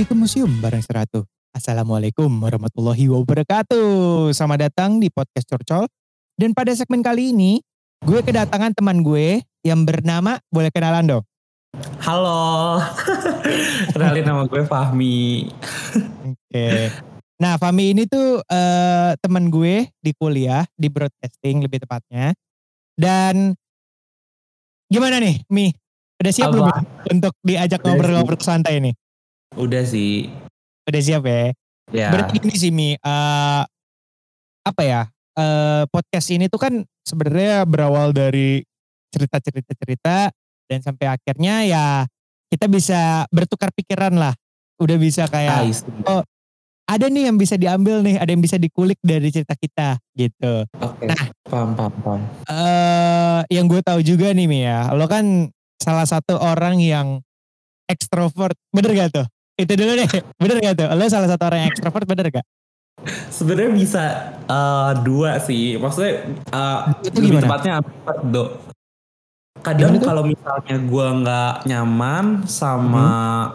itu museum barang seratu. Assalamualaikum warahmatullahi wabarakatuh. Selamat datang di podcast Curcol. Dan pada segmen kali ini, gue kedatangan teman gue yang bernama, boleh kenalan dong? Halo, kenalin nama gue Fahmi. Oke. Nah, Fahmi ini tuh teman gue di kuliah, di broadcasting lebih tepatnya. Dan gimana nih, Mi? Udah siap belum untuk diajak ngobrol-ngobrol santai nih? Udah sih. Udah siap ya? Ya. Berarti ini sih Mi, apa ya? Podcast ini tuh kan sebenarnya berawal dari cerita-cerita dan sampai akhirnya ya kita bisa bertukar pikiran lah. Udah bisa kayak oh ada nih yang bisa diambil nih, ada yang bisa dikulik dari cerita kita gitu. Oke. Nah, paham. Yang gue tahu juga nih Mi ya, lo kan salah satu orang yang ekstrovert, bener gak tuh? Itu dulu deh, bener gak tuh? Lo salah satu orang yang ekstrovert, bener gak? Sebenarnya bisa dua sih, maksudnya lebih tepatnya ambivert. Kadang kalau misalnya gue nggak nyaman sama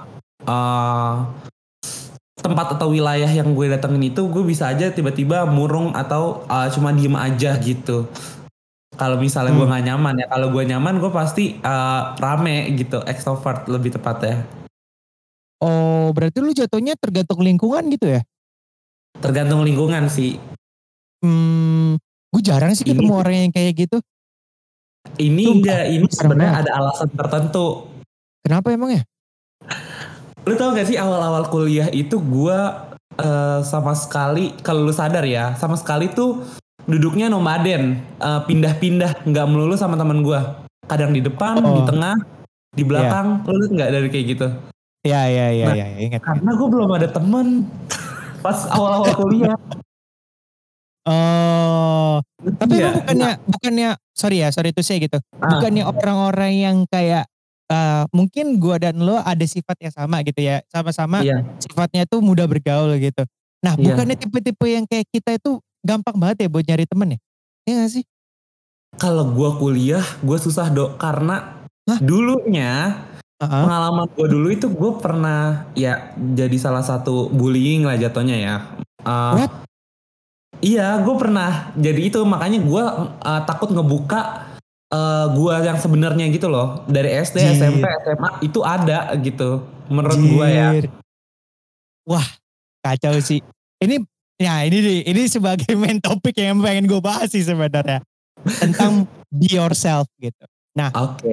tempat atau wilayah yang gue datengin itu, gue bisa aja tiba-tiba murung atau cuma diem aja gitu. Kalau misalnya gue nggak nyaman ya, kalau gue nyaman gue pasti rame gitu, extrovert lebih tepatnya. Oh, berarti lu jatuhnya tergantung lingkungan gitu ya? Tergantung lingkungan sih. Gue jarang sih ketemu orang yang kayak gitu. Ini sebenarnya ada alasan tertentu. Kenapa emang ya? Lu tau gak sih awal-awal kuliah itu gue sama sekali, kalau lu sadar ya, sama sekali tuh duduknya nomaden, pindah-pindah, nggak melulu sama teman gue. Kadang di depan, di tengah, di belakang. Lu liat nggak dari kayak gitu? Iya, ingat. Karena gue belum ada temen pas awal-awal kuliah. Oh, tapi emang bukannya sorry itu saya gitu. Bukannya orang-orang yang kayak mungkin gue dan lo ada sifat yang sama gitu ya, sama-sama sifatnya tuh mudah bergaul gitu. Nah, bukannya tipe-tipe yang kayak kita itu gampang banget ya buat nyari temen ya? Iya gak sih? Kalau gue kuliah, gue susah Dok, karena dulunya pengalaman gue dulu itu gue pernah ya jadi salah satu bullying lah jatuhnya ya. Iya, gue pernah jadi itu, makanya gue takut ngebuka gue yang sebenarnya gitu loh. Dari SD, SMP, SMA itu ada gitu, menurut gue ya. Wah, kacau sih. Ini sebagai main topik yang pengen gue bahas sih sebenarnya tentang be yourself gitu. Nah,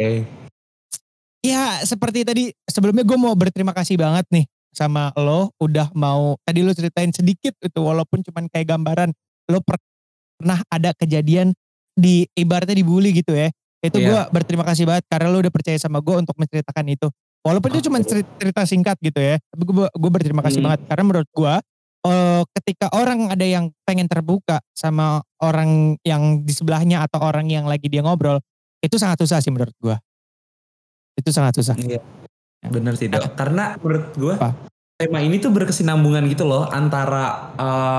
ya seperti tadi sebelumnya gue mau berterima kasih banget nih sama lo udah mau, tadi lo ceritain sedikit itu walaupun cuman kayak gambaran lo pernah ada kejadian di ibaratnya dibully gitu ya. Itu gue berterima kasih banget karena lo udah percaya sama gue untuk menceritakan itu. Walaupun itu cuma cerita singkat gitu ya. Tapi gue berterima kasih banget karena menurut gue ketika orang ada yang pengen terbuka sama orang yang di sebelahnya atau orang yang lagi dia ngobrol, itu sangat susah sih menurut gue. Itu sangat susah. Iya, bener sih Dok. Karena menurut gue tema ini tuh berkesinambungan gitu loh antara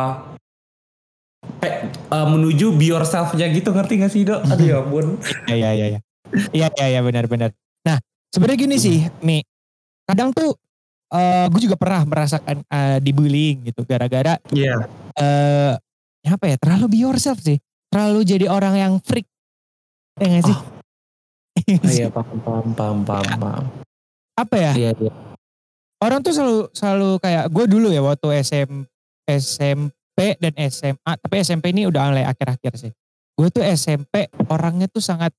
menuju be yourself-nya gitu, ngerti gak sih Dok? Aduh ya ampun. Iya benar. Nah sebenarnya gini sih Mi, kadang tuh gue juga pernah merasakan dibullying gitu gara-gara apa ya, terlalu be yourself sih, terlalu jadi orang yang freak, ya gak sih? Iya paham. Apa ya? Iya. Orang tuh selalu kayak gue dulu ya waktu SMP dan SMA, tapi SMP ini udah mulai akhir-akhir sih. Gue tuh SMP orangnya tuh sangat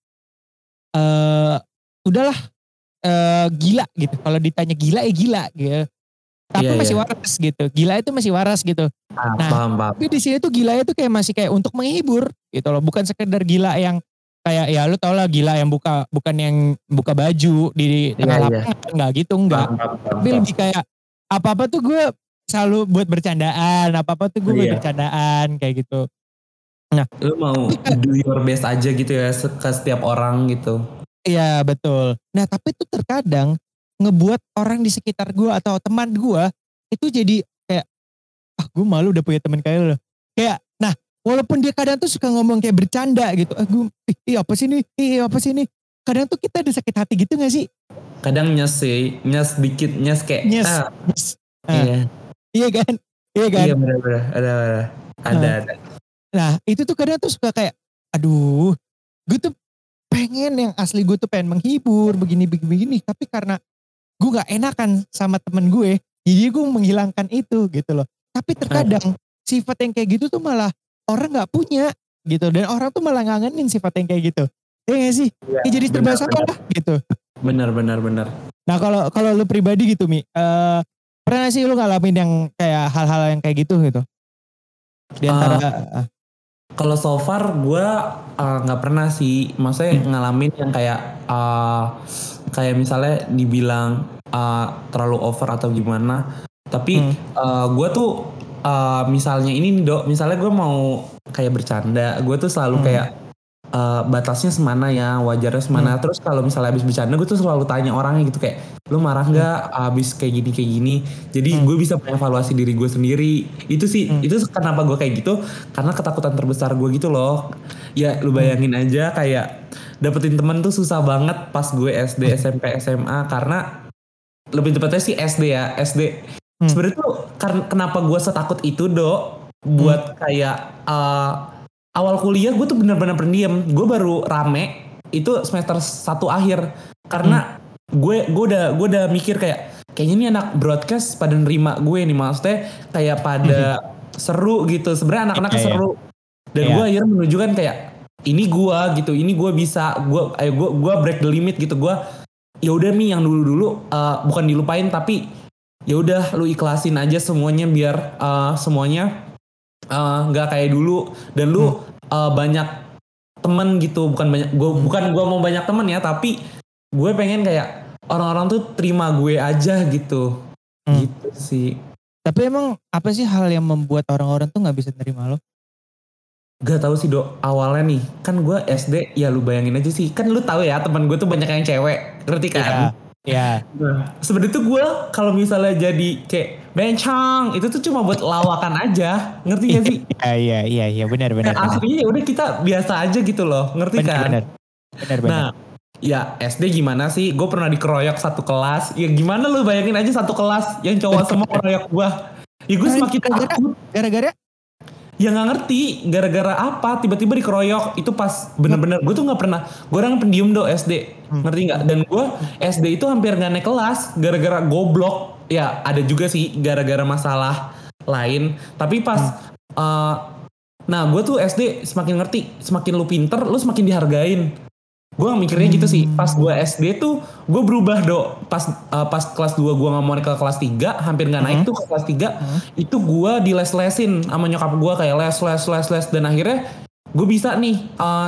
udahlah gila gitu. Kalau ditanya gila ya gila gitu. Tapi masih waras gitu. Gila itu masih waras gitu. Paham. Tapi di sini tuh gila itu kayak masih kayak untuk menghibur gitu loh. Bukan sekedar gila yang kayak ya lu tau lah gila yang bukan yang buka baju di tengah lapangan, enggak gitu, enggak. Tapi lebih kayak apa-apa tuh gue selalu buat bercandaan, apa-apa tuh gue buat bercandaan kayak gitu. Nah, lu mau do your best aja gitu ya ke setiap orang gitu. Iya betul. Nah tapi itu terkadang ngebuat orang di sekitar gue atau teman gue itu jadi kayak gue malu udah punya teman kayak lo. Kayak nah walaupun dia kadang tuh suka ngomong kayak bercanda gitu. Apa sih ini? Kadang tuh kita ada sakit hati gitu gak sih? Kadang nyes dikit kayak Nah, Iya. iya kan? Iya kan? Iya benar-benar. Ada. Nah, Ada. nah, itu tuh kadang tuh suka kayak, aduh, gue tuh pengen yang asli gue tuh pengen menghibur begini. Tapi karena gue gak enakan sama temen gue, jadi gue menghilangkan itu gitu loh. Tapi Nah, terkadang sifat yang kayak gitu tuh malah orang gak punya gitu. Dan orang tuh malah ngangenin sifat yang kayak gitu. Iya gak sih? iya, Ya jadi serba benar-benar. salah gitu. Benar-benar. Nah kalau lu pribadi gitu Mi, pernah gak sih lu ngalamin yang kayak hal-hal yang kayak gitu gitu? Di antara, Eh, Kalau so far gue nggak pernah sih, maksudnya hmm, ngalamin yang kayak misalnya dibilang terlalu over atau gimana. Tapi hmm, gue tuh misalnya ini nih Dok, misalnya gue mau kayak bercanda, gue tuh selalu hmm, kayak batasnya semana ya, wajarnya hmm, semana. Terus kalau misalnya habis bercanda gue tuh selalu tanya orangnya gitu kayak, lu marah hmm, nggak habis kayak gini. Jadi hmm, gue bisa mengevaluasi diri gue sendiri. Itu sih, hmm, itu kenapa gue kayak gitu, karena ketakutan terbesar gue gitu loh. Ya lu hmm, bayangin aja kayak dapetin temen tuh susah banget pas gue SD, hmm, SMP, SMA, karena lebih tepatnya sih SD ya, SD. hmm, Sebenarnya tuh kenapa gue setakut itu Dok, hmm, buat kayak awal kuliah gue tuh bener-bener pendiam. Gue baru rame itu semester 1 akhir, hmm, karena gue udah mikir kayaknya nih anak broadcast pada nerima gue nih, maksudnya kayak pada hmm. seru gitu. Sebenarnya Iya, anak-anaknya iya, seru, dan iya. gue akhirnya menunjukkan kayak ini gue gitu, ini gue bisa, gue break the limit gitu. Gue ya udah Mi, yang dulu-dulu bukan dilupain, tapi ya udah lu ikhlasin aja semuanya biar semuanya nggak kayak dulu, dan Hmm, lu banyak temen gitu. Bukan banyak, gue hmm, bukan gue mau banyak temen ya, tapi gue pengen kayak orang-orang tuh terima gue aja gitu. hmm. Gitu sih. Tapi emang apa sih hal yang membuat orang-orang tuh nggak bisa terima lo? Gak tahu sih Dok, awalnya nih kan gue SD, ya lu bayangin aja sih, kan lu tahu ya teman gue tuh banyak yang cewek, ngerti Iya, kan? iya. Nah, sebenarnya tuh gue kalau misalnya jadi kayak bencong itu tuh cuma buat lawakan aja, ngerti gak sih? Iya, benar, Yang benar, benar, aslinya ya udah kita biasa aja gitu loh, ngerti benar, kan? benar, benar, benar. Nah, ya SD gimana sih? Gue pernah dikeroyok satu kelas. Ya gimana lu bayangin aja satu kelas yang cowok semua keroyok gue. Ya gue Nah, semakin takut. gara-gara, Ya nggak ngerti gara-gara apa tiba-tiba dikeroyok. Itu pas bener-bener gue tuh nggak pernah. Gue orang pendiam do SD, hmm, ngerti nggak? hmm, Dan gue hmm, SD itu hampir nggak naik kelas gara-gara goblok. Ya ada juga sih gara-gara masalah lain. Tapi pas hmm, eh, nah gue tuh SD semakin ngerti, semakin lu pinter, lu semakin dihargain. Gue mikirnya gitu sih. Pas gue hmm, SD tuh gue berubah do. Pas kelas 2 gue nggak mau naik ke kelas 3, hampir nggak naik hmm, tuh ke kelas 3. hmm, Itu gue diles-lesin sama nyokap gue, kayak les, dan akhirnya gue bisa nih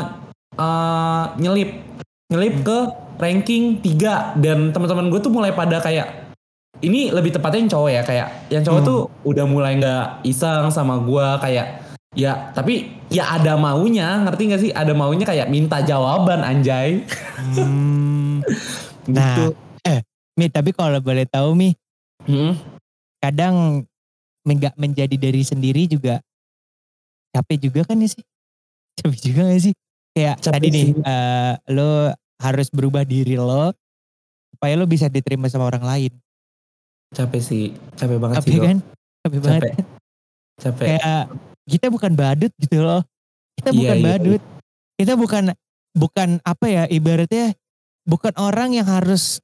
nyelip nyelip hmm, ke ranking 3. Dan teman-teman gue tuh mulai pada kayak, ini lebih tepatnya yang cowok ya, kayak yang cowok tuh hmm, udah mulai nggak iseng sama gue, kayak ya tapi ya ada maunya, ngerti gak sih, ada maunya kayak minta jawaban anjay. hmm. Nah, Gitu. Mi, tapi kalau boleh tahu Mi, Mm-mm. kadang nggak menjadi diri sendiri juga capek juga kan ya sih? Capek juga gak sih? Kayak tadi Capek nih, sih, lo harus berubah diri lo supaya lo bisa diterima sama orang lain. capek sih, capek banget sih Capek dok. kan? Capek banget Capek, kan? capek. Kayak kita bukan badut gitu loh. Kita Iya, bukan iya, iya. badut. Kita bukan bukan apa ya, ibaratnya bukan orang yang harus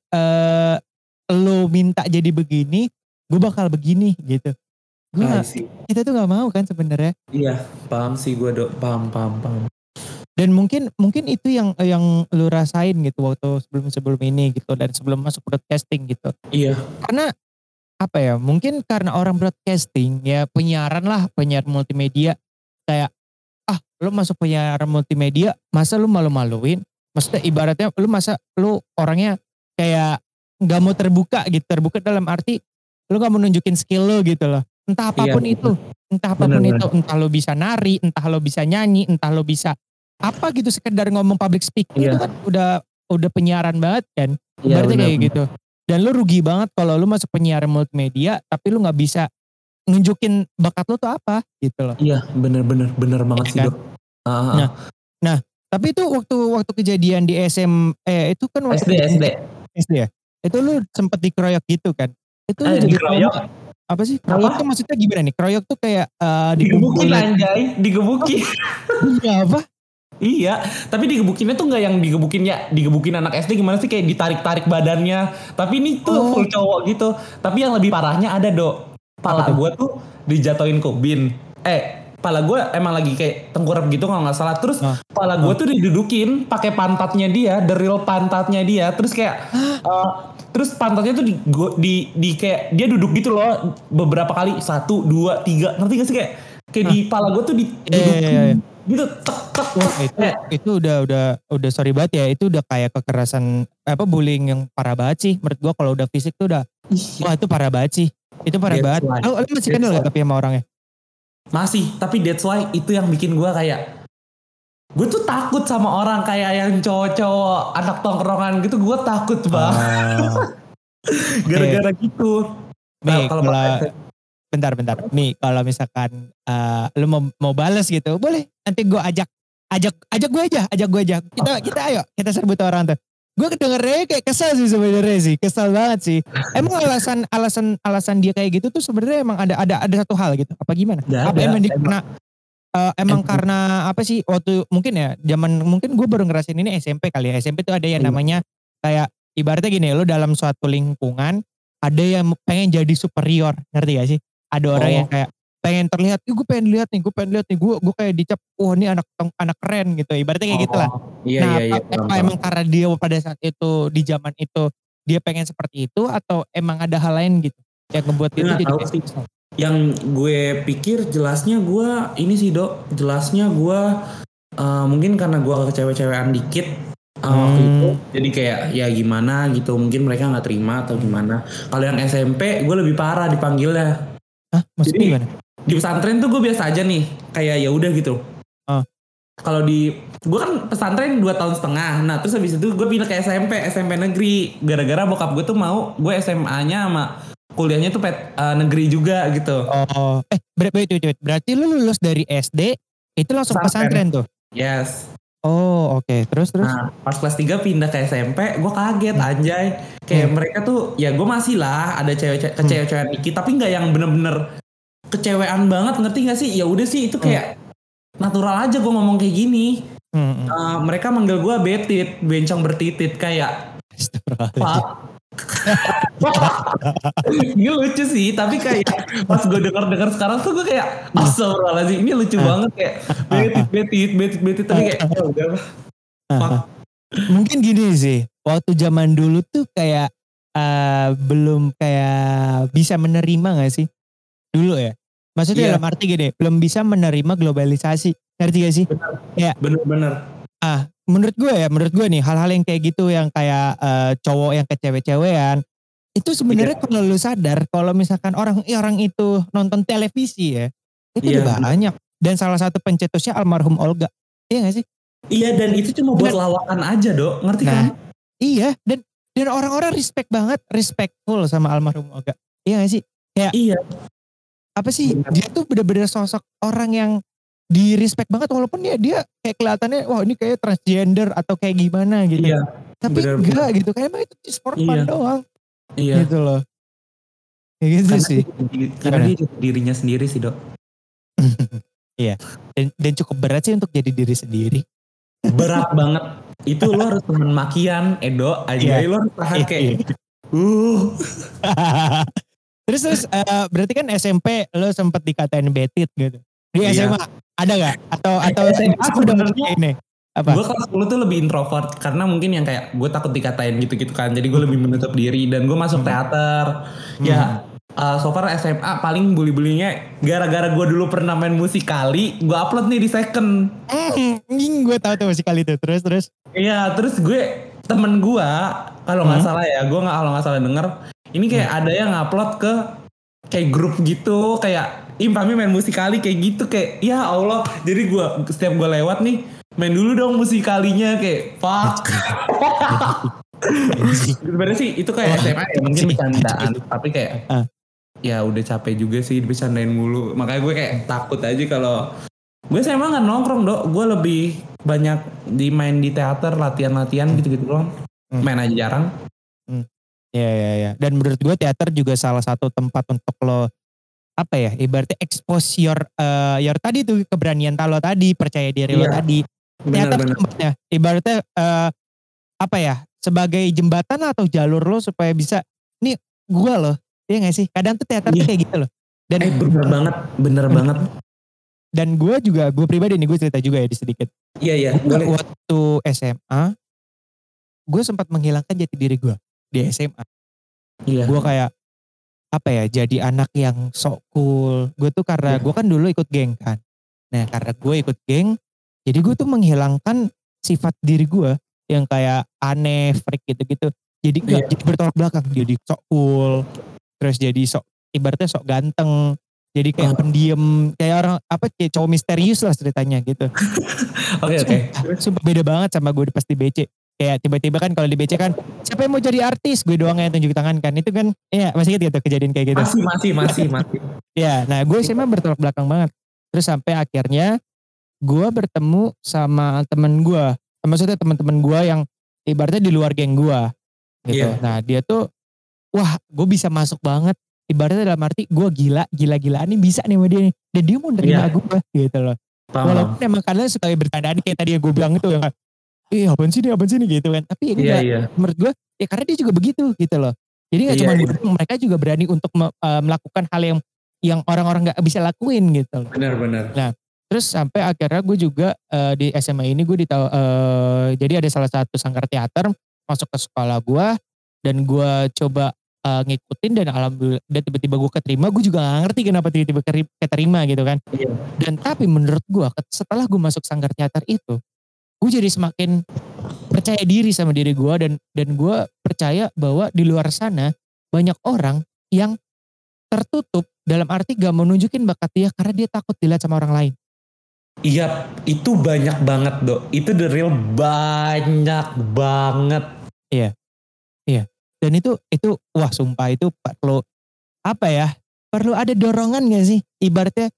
lo minta jadi begini, gue bakal begini gitu. Gue I gak, see. kita tuh nggak mau kan sebenarnya. Iya, paham sih gue dok, paham. Dan mungkin itu yang lu rasain gitu waktu sebelum ini gitu dan sebelum masuk broadcasting gitu. Iya, Karena apa ya? Mungkin karena orang broadcasting ya penyiar multimedia kayak lu masuk penyiaran multimedia masa lu malu-maluin? Maksudnya ibaratnya lu masa lu orangnya kayak nggak mau terbuka gitu. Terbuka dalam arti lu nggak mau nunjukin skill lu gitu loh. Entah iya, apapun itu. Entah apapun bener-bener. itu. Entah lu bisa nari, entah lu bisa nyanyi, entah lu bisa apa gitu sekedar ngomong public speaking itu Iya, kan udah penyiaran banget kan. iya Ibaratnya kayak bener-bener. gitu. Dan lu rugi banget kalau lu masuk penyiaran multimedia tapi lu nggak bisa nunjukin bakat lu tuh apa gitu loh. Iya, bener banget Iya sih kan? dok. Ah, ah. Nah, nah, tapi itu waktu waktu kejadian di itu kan waktu SD, kejadian di SD. SD ya? Itu lu sempet dikeroyok gitu kan? Itu lu jadi Dikeroyok. trauma. Apa sih? Kroyok tuh Apa? maksudnya gimana nih? Kroyok tuh kayak Digebukin dikumpulin. anjay, digebukin. Iya apa? Iya, tapi digebukinnya tuh nggak yang digebukin ya, digebukin anak SD gimana sih kayak ditarik-tarik badannya. Tapi ini tuh Oh, full cowok gitu. Tapi yang lebih parahnya ada dok. apa Pala tuh? gue tuh dijatoin ke bin. Pala gue emang lagi kayak tengkurap gitu kalau nggak salah. Terus Oh, pala gue oh. tuh didudukin pakai pantatnya dia, the real pantatnya dia. Terus kayak, Hah? terus pantatnya tuh di kayak dia duduk gitu loh beberapa kali, 1, 2, 3, ngerti gak sih kayak Hah? di pala gue tuh Iya, iya, iya, iya. didudukin gitu, tek tek Wah tek kayak. itu udah sorry banget ya. Itu udah kayak kekerasan apa bullying yang parah banget sih. Menurut gua kalau udah fisik tuh udah, Iya, wah itu parah banget sih. Itu parah that's banget. why. Lu masih That's kenal why. gak tapi sama orangnya? Masih, tapi that's why itu yang bikin gue kayak, gue tuh takut sama orang kayak yang cowok-cowok anak tongkrongan gitu, gue takut banget Oh, oke. gara-gara gitu. Kalau Nih kalau kalau pakai bentar. Nih kalau misalkan lu mau bales gitu, boleh. Nanti gua ajak gue aja. Kita ayo kita serbu tuh orang tuh. Gue kedengernya kayak kesel sih sebenarnya sih, kesel banget sih. Emang alasan dia kayak gitu tuh sebenarnya emang ada satu hal gitu. Apa gimana? nggak Apa ada emang dia emang, emang emang karena apa sih waktu mungkin ya zaman mungkin gue baru ngerasain ini SMP kali ya. SMP tuh ada yang iya. namanya kayak ibaratnya gini, lu dalam suatu lingkungan ada yang pengen jadi superior, ngerti gak sih? Ada orang yang Oh kayak pengen terlihat, gue pengen lihat nih, gue kayak dicap, wah ini anak anak keren gitu, ibaratnya kayak gitulah. oh iya Nah, iya iya paham apa paham. emang karena dia pada saat itu di zaman itu dia pengen seperti itu atau emang ada hal lain gitu yang ngebuat dia Gue tuh nggak jadi tahu kayak sih. kesel? Yang gue pikir jelasnya gue ini sih dok, jelasnya gue mungkin karena gue kecewe-cewean dikit waktu itu, Hmm, jadi kayak ya gimana gitu, mungkin mereka nggak terima atau gimana. Kalau yang SMP gue lebih parah dipanggilnya. maksudnya Jadi gimana? di pesantren tuh gue biasa aja nih, kayak ya udah gitu. Oh, Kalau di gue kan pesantren 2 tahun setengah, nah terus habis itu gue pindah ke SMP negeri, gara-gara bokap gue tuh mau gue SMA-nya sama kuliahnya tuh negeri juga gitu. oh, wait. Berarti lu lulus dari SD itu langsung Pesantren, pesantren tuh? yes. Oh, oke. Terus? Nah, pas kelas 3 pindah ke SMP, gue kaget Hmm, anjay. Kayak hmm, mereka tuh, ya gue masih lah ada cewek hmm, kecewek dikit, tapi nggak yang bener-bener kecewean banget, ngerti gak sih? Ya udah sih itu hmm, kayak natural aja gue ngomong kayak gini. hmm. Mereka manggil gue betit, bencong bertitit kayak Astagfirullahaladzim. pak. Ini lucu sih, tapi kayak pas gue dengar sekarang tuh gue kayak astagfirullahaladzim, ini lucu Ah, banget kayak ah, betit ah, betit betit betit, tapi kayak ah, ya udah ah, fuck. ah. Mungkin gini sih, waktu zaman dulu tuh kayak belum kayak bisa menerima gak sih? Dulu ya. Maksudnya Iya, dalam arti gini, belum bisa menerima globalisasi. Ngerti gak sih? benar Ya, bener-bener. menurut gue nih hal-hal yang kayak gitu yang kayak cowok yang kecewe-cewean itu Iya, sebenarnya kalau lu sadar kalau misalkan orang itu nonton televisi ya itu iya, udah bener. banyak dan salah satu pencetusnya almarhum Olga, iya gak sih? Iya, dan itu cuma buat Bener. lawakan aja, Dok. Ngerti kan? Nah, iya dan orang-orang respectful sama almarhum Olga, iya gak sih? Kayak Iya, apa sih benar. dia tuh bener-bener sosok orang yang di respect banget walaupun dia kayak kelihatannya wah ini kayak transgender atau kayak gimana gitu. Iya, Tapi benar-benar. enggak gitu, kayak emang itu just for fun Iya, doang iya. gitu loh. Kayak gitu Karena sih. karena Gimana? dia dirinya sendiri sih, Dok. Iya. Dan cukup berat sih untuk jadi diri sendiri. Berat banget. Itu lo harus tahan makian, Edo. Iya. Anjay, lo harus tahan kayak, Iya. uh. Terus berarti kan SMP lo sempet dikatain betit gitu. Di Iya. SMA ada gak? Atau SMA udah sebenarnya mulai ini? Apa? gue kelas 10 tuh lebih introvert karena mungkin yang kayak gue takut dikatain gitu-gitu kan. Jadi gue lebih menutup diri dan gue masuk Hmm. teater. Hmm. Ya so far SMA paling bully-bullynya gara-gara gue dulu pernah main musikali, gue upload nih di second. Gue tahu tuh musikal itu. Terus. Iya, terus temen gue kalau nggak Hmm. salah ya, gue nggak kalau nggak salah denger, ini Hmm. kayak ada yang ngupload ke kayak grup gitu, kayak Impami main musikali kayak gitu, kayak ya Allah. Jadi setiap gue lewat nih, main dulu dong musikalinya, kayak fuck. Sebenarnya sih itu kayak Wah, SMA ya, mungkin sih. bercandaan, tapi kayak Ah. ya udah capek juga sih dibercandain mulu. Makanya gue kayak takut aja kalau gue SMA nggak nongkrong, Dok. Gue lebih banyak main di teater, latihan-latihan gitu-gitu doang. Hmm. Main aja jarang. Hmm. Ya. Dan menurut gue teater juga salah satu tempat untuk lo apa ya, ibaratnya expose your tadi tuh keberanian lo tadi, percaya diri lo Iya, tadi. Teater tuh benar-benar. tempatnya, ibaratnya apa ya, sebagai jembatan atau jalur lo supaya bisa, nih gue loh, iya gak sih? Kadang tuh teater tuh Iya, kayak gitu loh. Dan bener banget, bener banget. dan gue juga, gue pribadi nih, gue cerita juga ya di sedikit. Iya, Gue boleh. waktu SMA, gue sempat menghilangkan jati diri gue di SMA. Iya, Gue kayak apa ya, jadi anak yang sok cool. Gue tuh karena gue iya, kan dulu ikut geng kan. Nah karena gue ikut geng, jadi gue tuh menghilangkan sifat diri gue yang kayak aneh, freak gitu-gitu. Jadi nggak, iya. jadi bertolak belakang. Jadi sok cool, terus jadi sok, ibaratnya sok ganteng. Jadi kayak Oh, pendiam, kayak orang apa, kayak cowok misterius lah ceritanya gitu. oke. Sumpah beda banget sama gue pas di BC. Kayak tiba-tiba kan kalau di BC kan, siapa yang mau jadi artis? Gue doang yang tunjuk tangan kan. Itu kan, iya masih ingat gitu kejadian kayak gitu. Masih. Ya, nah gue SMA bertolak belakang banget. Terus sampai akhirnya gue bertemu sama temen gue. Maksudnya teman-teman gue yang ibaratnya di luar geng gue gitu. Iya, Nah dia tuh, wah gue bisa masuk banget. Ibaratnya dalam arti gue gila-gilaan nih bisa nih sama dia nih. Dan dia mau nerima iya, gue gitu loh. paham. Walaupun emang kadang suka bercandaan kayak tadi yang gue bilang itu yang kayak, apaan sih nih gitu kan. Tapi Iya, enggak, iya, menurut gue ya karena dia juga begitu gitu loh. Jadi gak iya, cuma gue, iya. mereka juga berani untuk melakukan hal yang orang-orang gak bisa lakuin gitu loh. Benar-benar. Nah terus sampai akhirnya gue juga di SMA ini gue ditahu, jadi ada salah satu sanggar teater masuk ke sekolah gue, dan gue coba ngikutin, dan alhamdulillah dan tiba-tiba gue keterima. Gue juga gak ngerti kenapa tiba-tiba keterima gitu kan. Iya, Dan tapi menurut gue setelah gue masuk sanggar teater itu, gue jadi semakin percaya diri sama diri gue, dan gue percaya bahwa di luar sana banyak orang yang tertutup, dalam arti gak mau nunjukin bakat dia karena dia takut dilihat sama orang lain. iya, itu banyak banget, Dok. Itu the real banyak banget. Iya, iya. Dan itu wah sumpah itu perlu apa ya? Perlu ada dorongan gak sih? Ibaratnya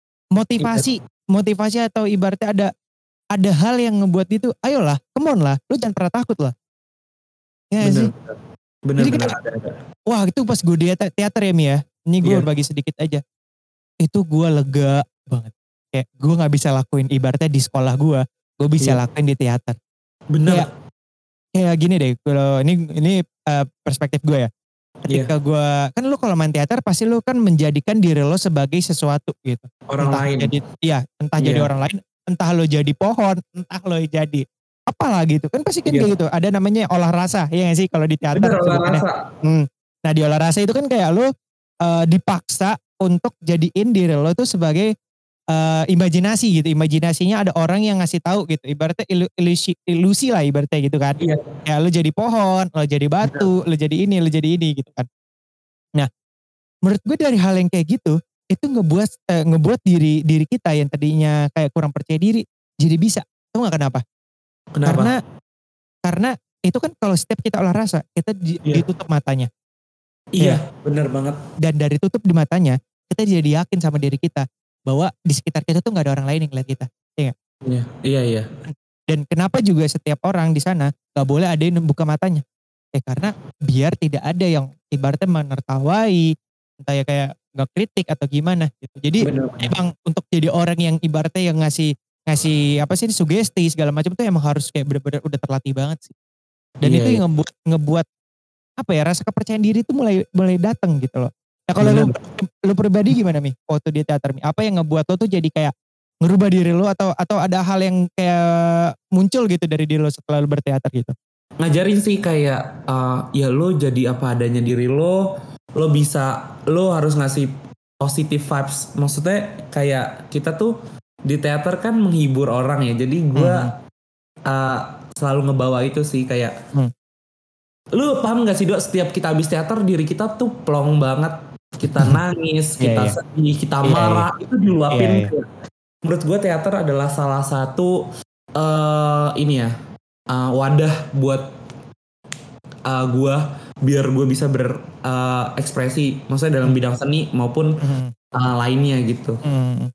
Iya, motivasi, motivasi atau ibaratnya ada hal yang ngebuat itu, ayolah, come on lah, lu jangan pernah takut lah. Ya gak bener, sih? Jadi bener, kayak, ada. wah itu pas gue di teater ya Mi ya. Ini gue Iya, berbagi sedikit aja. Itu gue lega banget. Kayak gue gak bisa lakuin ibaratnya di sekolah gue bisa iya, lakuin di teater. Kayak bener. kayak gini deh, kalau ini perspektif gue ya. Iya, Ketika gue, kan lu kalau main teater pasti lu kan menjadikan diri lo sebagai sesuatu gitu. orang Entah lain. jadi, iya, entah jadi Iya, orang lain, entah lo jadi pohon, entah lo jadi apalah gitu. Kan pasti kan iya. kayak gitu. Ada namanya olah rasa, ya gak sih kalau di teater Bener, olah sebutannya. rasa. Nah di olah rasa itu kan kayak lo dipaksa untuk jadiin diri lo tuh sebagai imajinasi gitu. Imajinasinya ada orang yang ngasih tahu gitu. Ibaratnya ilusi lah ibaratnya gitu kan. Iya, Ya lo jadi pohon, lo jadi bener. batu, lo jadi ini gitu kan. Nah menurut gue dari hal yang kayak gitu, itu ngebuat diri diri kita yang tadinya kayak kurang percaya diri jadi bisa. Tahu nggak kenapa? Karena Kenapa? karena itu kan kalau setiap kita olah rasa kita Iya, ditutup matanya. iya, Ya. bener banget. Dan dari tutup di matanya kita jadi yakin sama diri kita bahwa di sekitar kita tuh nggak ada orang lain yang ngeliat kita. Iya nggak? Iya, iya, iya. Dan kenapa juga setiap orang di sana nggak boleh ada yang membuka matanya? Karena biar tidak ada yang ibaratnya menertawai, entah ya kayak nggak kritik atau gimana gitu. Jadi Bener, bener. emang untuk jadi orang yang ibaratnya yang ngasih ngasih apa sih, sugesti segala macam tuh emang harus kayak bener-bener udah terlatih banget sih. Dan Iya, itu iya. yang ngebuat ngebuat apa ya, rasa kepercayaan diri itu mulai mulai datang gitu loh. Nah kalau Bener. lu pribadi gimana Mi? Waktu di teater Mi, apa yang ngebuat lo tuh jadi kayak ngerubah diri lo, atau ada hal yang kayak muncul gitu dari diri lo setelah lu berteater gitu? Ngajarin sih kayak ya lo jadi apa adanya diri lo bisa, lo harus ngasih positive vibes. Maksudnya kayak kita tuh di teater kan menghibur orang ya. Jadi gue Hmm, uh, selalu ngebawa itu sih kayak, hmm. lu paham gak sih Dok, setiap kita habis teater diri kita tuh plong banget. Kita nangis, Iya kita iya sedih, kita iya iya marah, itu iya diluapin. iya. Menurut gue teater adalah salah satu ini ya, wadah buat gue biar gue bisa berekspresi, maksudnya dalam Hmm, bidang seni maupun hmm, lainnya gitu. hmm.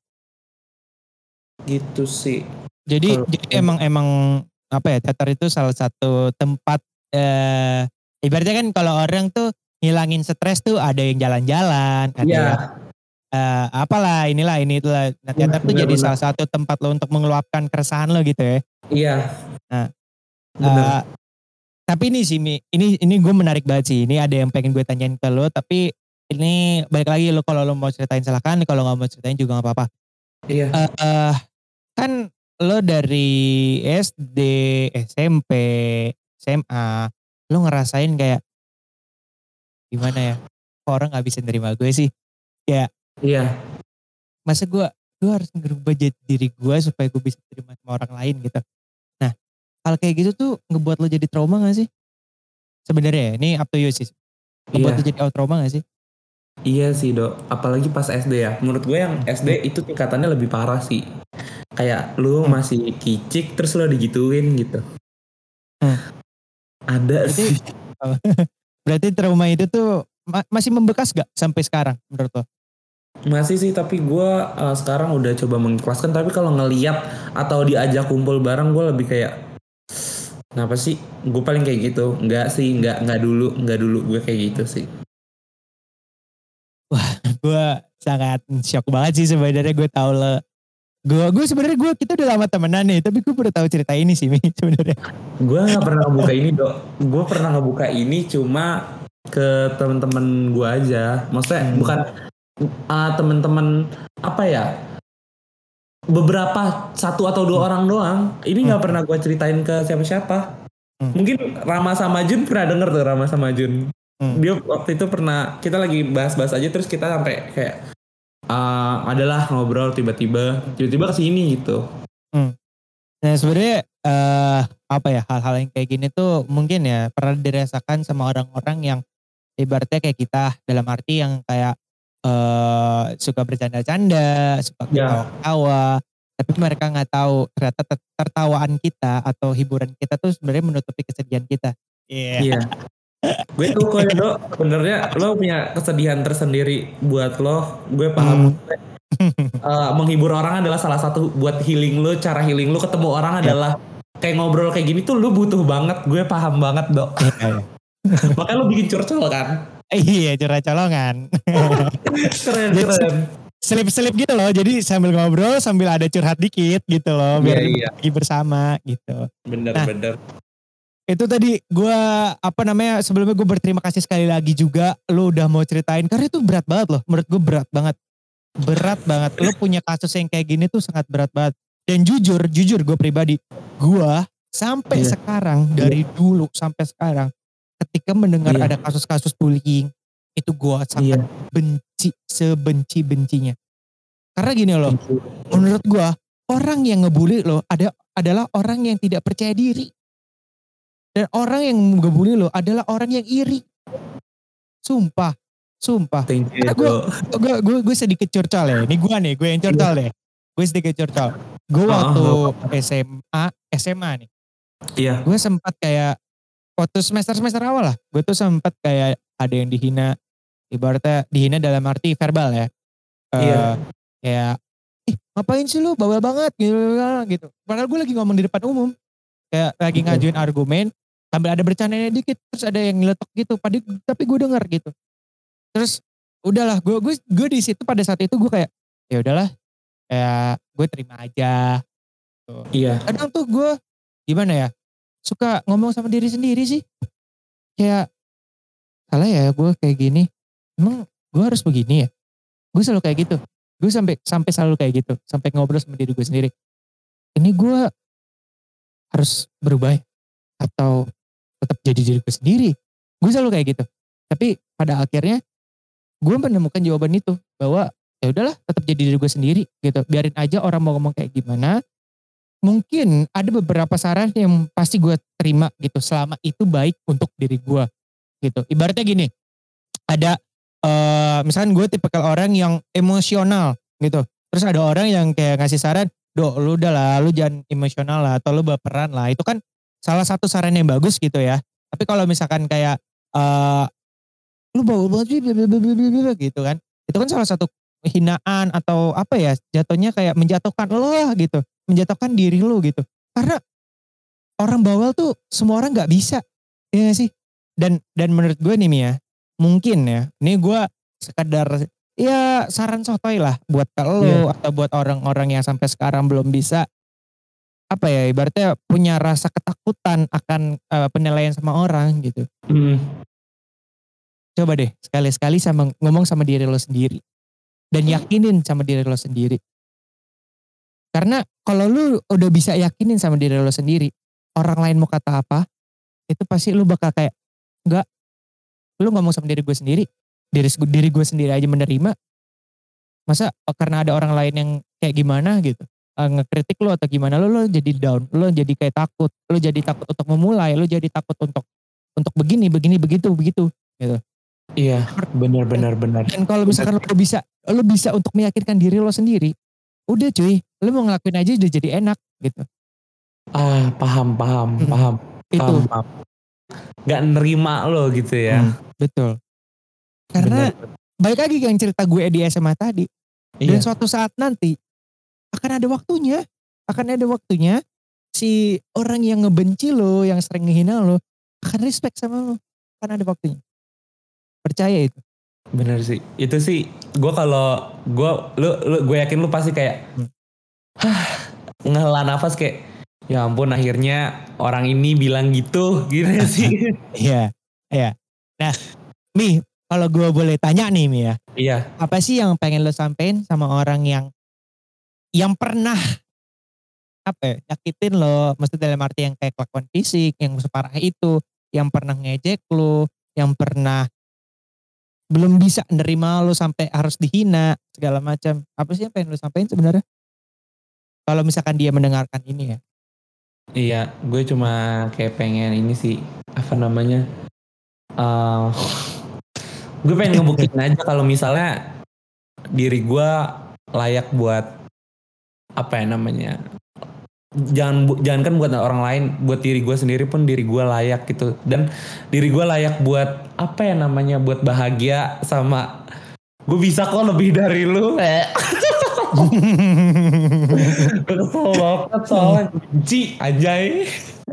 Gitu sih. Jadi Kalau emang emang apa ya, teater itu salah satu tempat eh Ibaratnya kan kalau orang tuh ngilangin stres tuh ada yang jalan-jalan, ada Iya, yang apalah inilah ini itulah. Nah teater tuh jadi bener-bener. salah satu tempat lo untuk meluapkan keresahan lo gitu ya. Iya, Nah, bener. eh, tapi ini sih Mi, ini gue menarik banget sih. Ini ada yang pengen gue tanyain ke lo, tapi ini balik lagi lo kalau lo mau ceritain silahkan, kalau nggak mau ceritain juga nggak apa-apa. Iya, Eh, kan lo dari SD, SMP, SMA, lo ngerasain kayak gimana ya? Kok orang nggak bisa nerima gue sih? Kayak iya, masa gue harus ngerubah jadi diri gue supaya gue bisa terima sama orang lain gitu. Nah, hal kayak gitu tuh ngebuat lo jadi trauma gak sih? Sebenarnya ya, ini up to you sih. Ngebuat lo iya. jadi trauma gak sih? Iya sih dok, apalagi pas SD ya. Menurut gue yang SD Hmm, itu tingkatannya lebih parah sih. Kayak lu hmm, masih kicik terus lu digituin gitu. hmm. Ada Berarti sih. berarti trauma itu tuh masih membekas gak sampai sekarang menurut lo? Masih sih, tapi gue sekarang udah coba mengikhlaskan. Tapi kalau ngeliat atau diajak kumpul bareng, gue lebih kayak, kenapa sih? Gue paling kayak gitu. Enggak sih, enggak dulu gue kayak gitu sih. Wah, gue sangat shock banget sih sebenarnya gue tahu lo. Gue sebenarnya kita udah lama temenan nih, tapi gue baru tahu cerita ini sih Mi sebenarnya. Gue nggak pernah ngebuka ini dok. Gue pernah ngebuka ini cuma ke temen-temen gue aja. Maksudnya Hmm, bukan temen-temen apa ya? Beberapa satu atau dua hmm, orang doang. Ini hmm, nggak pernah gue ceritain ke siapa-siapa. hmm, Mungkin Rama sama Jun pernah denger tuh, Rama sama Jun. hmm, Dia waktu itu pernah, kita lagi bahas-bahas aja terus kita sampai kayak adalah ngobrol tiba-tiba kesini gitu. hmm. Nah sebenarnya apa ya hal-hal yang kayak gini tuh mungkin ya pernah dirasakan sama orang-orang yang ibaratnya kayak kita dalam arti yang kayak suka bercanda-canda, suka Ya, ketawa-ketawa, tapi mereka nggak tahu ternyata tertawaan kita atau hiburan kita tuh sebenarnya menutupi kesedihan kita. Iya. iya. Gue tuh kok ya dok, sebenarnya lo punya kesedihan tersendiri buat lo. Gue paham. Hmm. Menghibur orang adalah salah satu buat healing lo. Cara healing lo ketemu orang Yap. adalah kayak ngobrol kayak gini tuh lo butuh banget. Gue paham banget dok. Iya, iya. Makanya lo bikin curcol kan. Iya, curhat colongan. Keren Jadi keren. selip-selip gitu loh. Jadi sambil ngobrol sambil ada curhat dikit gitu loh. Iya Biar iya. berbagi bersama gitu. Bener Nah bener. itu tadi gue apa namanya sebelumnya gue berterima kasih sekali lagi juga lu udah mau ceritain. Karena itu berat banget loh. Menurut gue berat banget. Berat banget. Lu punya kasus yang kayak gini tuh sangat berat banget. Dan jujur gue pribadi. Gue sampai Iya sekarang dari dulu sampai sekarang. Ketika mendengar iya ada kasus-kasus bullying. Itu gue sangat iya. benci. Sebenci-bencinya. Karena gini loh, Thank you. menurut gua orang yang ngebully lo adalah orang yang tidak percaya diri dan orang yang ngebully lo adalah orang yang iri. Sumpah, sumpah. Thank you Karena ya dok. gue sedikit curcol ya. Ini gue yang curcol Iya. deh. Gue sedikit curcol. Gue waktu Nggak apa-apa. SMA nih. Iya Gue sempat kayak waktu semester awal lah. Gue tuh sempat kayak ada yang dihina. Ibaratnya dihina dalam arti verbal ya. Eh iya. kayak ih ngapain sih lu bawel banget gitu gitu. Padahal gue lagi ngomong di depan umum, kayak lagi Oke. ngajuin argumen sambil ada bercandanya dikit terus ada yang ngeletok gitu. Tapi gue denger gitu. Terus udahlah gue di situ pada saat itu gue kayak ya udahlah kayak gue terima aja. Tuh. Iya. Kadang tuh gue gimana ya suka ngomong sama diri sendiri sih kayak salah ya gue kayak gini. Emang gue harus begini ya? Gue selalu kayak gitu. Gue sampai sampai selalu kayak gitu. Sampai ngobrol sama diri gue sendiri. Ini gue harus berubah ya? Atau tetap jadi diri gue sendiri. Gue selalu kayak gitu. Tapi pada akhirnya gue menemukan jawaban itu. Bahwa ya udahlah tetap jadi diri gue sendiri gitu. Biarin aja orang mau ngomong kayak gimana. Mungkin ada beberapa saran yang pasti gue terima gitu. Selama itu baik untuk diri gue gitu. Ibaratnya gini. Ada misalkan gue tipikal orang yang emosional gitu. Terus ada orang yang kayak ngasih saran, "Dok, lu udah lah, lu jangan emosional lah atau lu baperan lah." Itu kan salah satu saran yang bagus gitu ya. Tapi kalau misalkan kayak eh lu bau banget sih gitu kan. Itu kan salah satu hinaan atau apa ya, jatuhnya kayak menjatuhkan lo lah gitu. Menjatuhkan diri lu gitu. Karena orang bawel tuh semua orang nggak bisa. Iya gak sih? Dan menurut gue nih Mia, mungkin ya, ini gue sekedar ya saran sotoy lah buat Iya. lo atau buat orang-orang yang sampai sekarang belum bisa apa ya ibaratnya punya rasa ketakutan akan penilaian sama orang gitu. Mm. Coba deh sekali-sekali sama ngomong sama diri lo sendiri dan yakinin sama diri lo sendiri. Karena kalau lu udah bisa yakinin sama diri lo sendiri, orang lain mau kata apa, itu pasti lu bakal kayak enggak, lu ngomong sama diri gue sendiri, diri gue sendiri aja menerima, masa karena ada orang lain yang kayak gimana gitu, ngekritik lu atau gimana lu jadi down, lu jadi kayak takut, lu jadi takut untuk memulai, lu jadi takut untuk begini begitu begitu gitu. Iya, benar benar benar. Dan kalau misalkan lu bisa untuk meyakinkan diri lo sendiri, udah cuy, lu mau ngelakuin aja udah jadi enak gitu. Paham paham Mm-mm. paham. Itu. Paham. Gak nerima lo gitu ya. Betul. Karena Benar. balik lagi yang cerita gue di SMA tadi. Dan Iya. suatu saat nanti akan ada waktunya. Akan ada waktunya si orang yang ngebenci lo, yang sering ngehina lo, akan respect sama lo. Akan ada waktunya. Percaya itu. Bener sih. Itu sih gue kalau gue yakin lu pasti kayak ngehela nafas kayak ya ampun akhirnya orang ini bilang gitu sih. Iya. Iya. Nah, Mi, kalau gue boleh tanya nih Mi ya. Iya. Apa sih yang pengen lo sampein sama orang yang pernah apa ya, nyakitin lo, maksudnya dalam arti yang kayak kelakuan fisik, yang separah itu, yang pernah ngejek lo, yang pernah belum bisa nerima lo sampai harus dihina, segala macam. Apa sih yang pengen lo sampein sebenarnya? Kalau misalkan dia mendengarkan ini ya. Iya, gue cuma kayak pengen ini sih, apa namanya, gue pengen ngebuktiin aja kalau misalnya diri gue layak buat apa ya namanya, jangan kan buat orang lain, buat diri gue sendiri pun diri gue layak gitu, dan diri gue layak buat apa ya namanya, buat bahagia sama gue bisa kok lebih dari lu. Kesel banget soalnya benci anjay.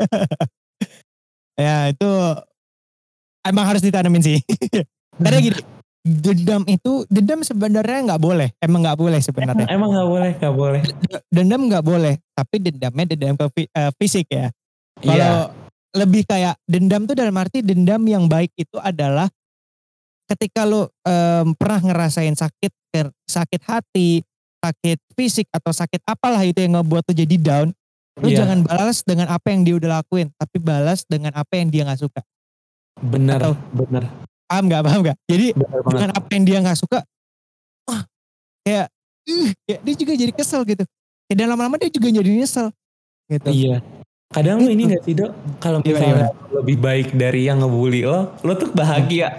Ya itu emang harus ditanamin sih. Karena gini, dendam sebenarnya nggak boleh, emang nggak boleh sebenarnya. Emang nggak boleh. Dendam nggak boleh, tapi dendamnya dendam ke fisik ya. Kalau Iya. lebih kayak dendam tuh dalam arti dendam yang baik itu adalah ketika lo pernah ngerasain sakit hati, sakit fisik atau sakit apalah itu yang ngebuat lo jadi down, lo Iya. jangan balas dengan apa yang dia udah lakuin, tapi balas dengan apa yang dia nggak suka. Bener. Paham nggak? Jadi dengan apa yang dia nggak suka, wah kayak dia juga jadi kesel gitu. Dan lama-lama dia juga jadi nyesel gitu. Iya. Kadang lu ini gak sih Dok, kalau misalnya lebih baik dari yang ngebully lo tuh bahagia.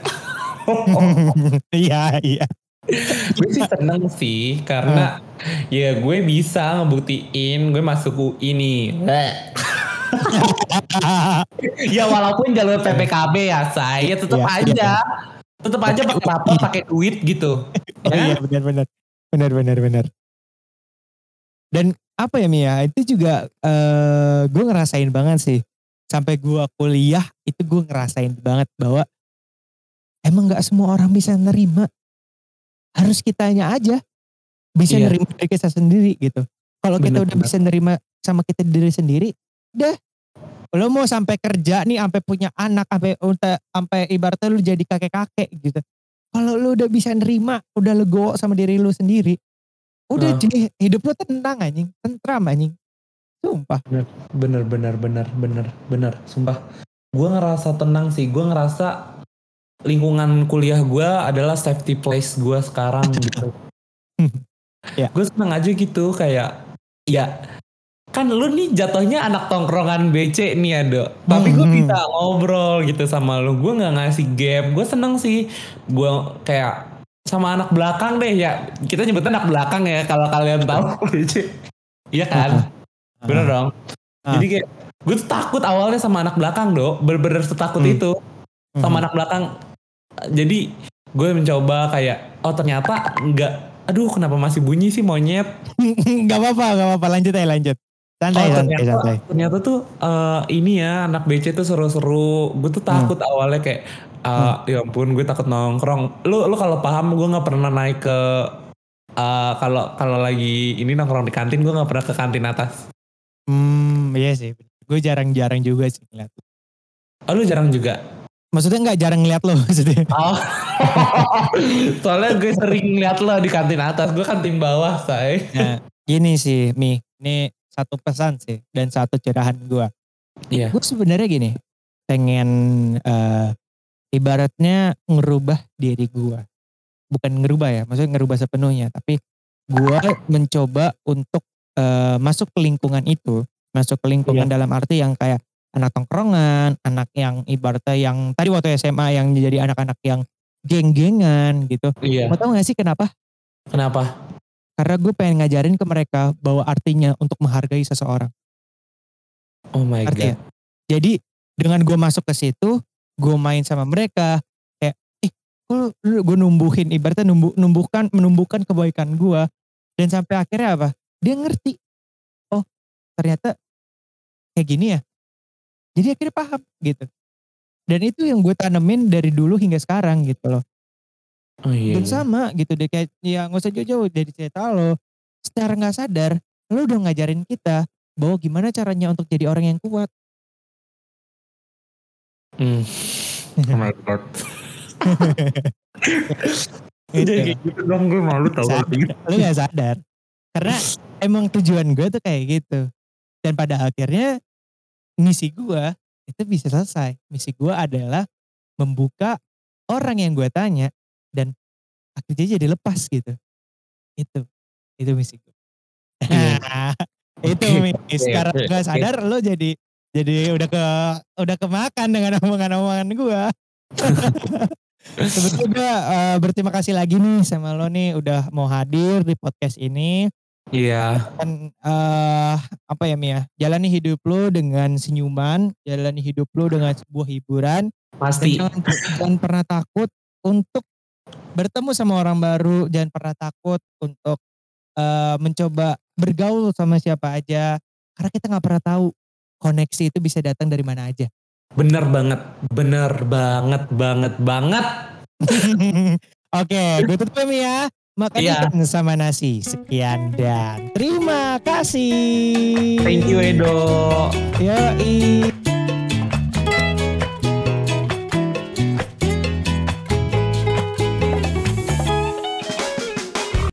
Iya. Gue sih seneng sih, karena ya gue bisa ngebuktiin gue masuk UI nih. Ya walaupun jalur PPKB ya saya tetap aja pakai rapor pakai duit gitu. Oh iya benar. Dan apa ya Mia, itu juga gue ngerasain banget sih. Sampai gue kuliah itu gue ngerasain banget bahwa emang gak semua orang bisa nerima. Harus kitanya aja bisa nerima diri kita sendiri gitu. Kalau kita udah bisa nerima sama kita diri sendiri, udah. Lo mau sampai kerja nih, sampai punya anak, sampai ibaratnya lu jadi kakek-kakek gitu. Kalau lu udah bisa nerima, udah legowo sama diri lu sendiri, udah jadi hidup lu tenang anjing, tentram anjing. Sumpah. Bener. Sumpah. Gue ngerasa tenang sih. Gue ngerasa lingkungan kuliah gue adalah safety place gue sekarang gitu. Gue seneng aja gitu kayak ya kan lu nih jatuhnya anak tongkrongan BC nih ya Dok. Tapi gue bisa ngobrol gitu sama lu. Gue gak ngasih gap. Gue seneng sih. Gue kayak sama anak belakang deh ya. Kita nyebutnya anak belakang ya kalau kalian tahu BC. Iya kan? Bener dong. Jadi kayak gue tuh takut awalnya sama anak belakang Dok. Bener-bener setakut itu. Sama anak belakang. Jadi gue mencoba kayak ternyata enggak. Aduh kenapa masih bunyi sih monyet. Gak apa-apa lanjut. Santai, santai, santai. Ternyata tuh ini ya anak BC tuh seru-seru. Gue tuh takut awalnya kayak ya ampun gue takut nongkrong. Lu kalau paham gue nggak pernah naik ke kalau lagi ini nongkrong di kantin gue nggak pernah ke kantin atas. Iya sih. Gue jarang-jarang juga sih ngeliat. Oh lu jarang juga? Maksudnya nggak jarang ngeliat lo maksudnya. Oh. Soalnya gue sering liat lo di kantin atas. Gue kantin bawah say. Nah gini sih Mi. Ini satu pesan sih. Dan satu curahan gue. Iya. Gue sebenarnya gini. Pengen ibaratnya ngerubah diri gue. Bukan ngerubah ya. Maksudnya ngerubah sepenuhnya. Tapi gue mencoba untuk masuk ke lingkungan itu. Masuk ke lingkungan dalam arti yang kayak anak tongkrongan, anak yang ibaratnya yang tadi waktu SMA yang jadi anak-anak yang geng-gengan gitu. Iya. Mau tau gak sih kenapa? Kenapa? Karena gue pengen ngajarin ke mereka bahwa artinya untuk menghargai seseorang. Oh my Artinya. God. Jadi dengan gue masuk ke situ, gue main sama mereka, kayak, gue numbuhin, ibaratnya menumbuhkan kebaikan gue, dan sampai akhirnya apa? Dia ngerti, oh ternyata kayak gini ya. Jadi akhirnya paham gitu. Dan itu yang gue tanemin dari dulu hingga sekarang gitu loh. Oh iya. Dan sama gitu deh kayak ya gak usah jauh-jauh dari cerita lo. Secara gak sadar lo udah ngajarin kita bahwa gimana caranya untuk jadi orang yang kuat. Oh my God. Jadi kayak gitu dong gue malu tau gitu. Lo gak sadar. Karena emang tujuan gue tuh kayak gitu. Dan pada akhirnya misi gue itu bisa selesai. Misi gue adalah membuka orang yang gue tanya dan akhirnya jadi lepas gitu. Itu misi gue. Itu sekarang gak sadar lo jadi udah kemakan dengan omongan-omongan gue. Sebetulnya gue berterima kasih lagi nih sama lo nih udah mau hadir di podcast ini. Iya. Dan apa ya Mia, jalani hidup lo dengan senyuman, jalani hidup lo dengan sebuah hiburan. Pasti. Dan jangan pernah takut untuk bertemu sama orang baru, jangan pernah takut untuk mencoba bergaul sama siapa aja. Karena kita gak pernah tahu koneksi itu bisa datang dari mana aja. Bener banget. Oke, gue tutup ya Mia. Makan ikan sama nasi. Sekian dan terima kasih. Thank you Edo. Yoi.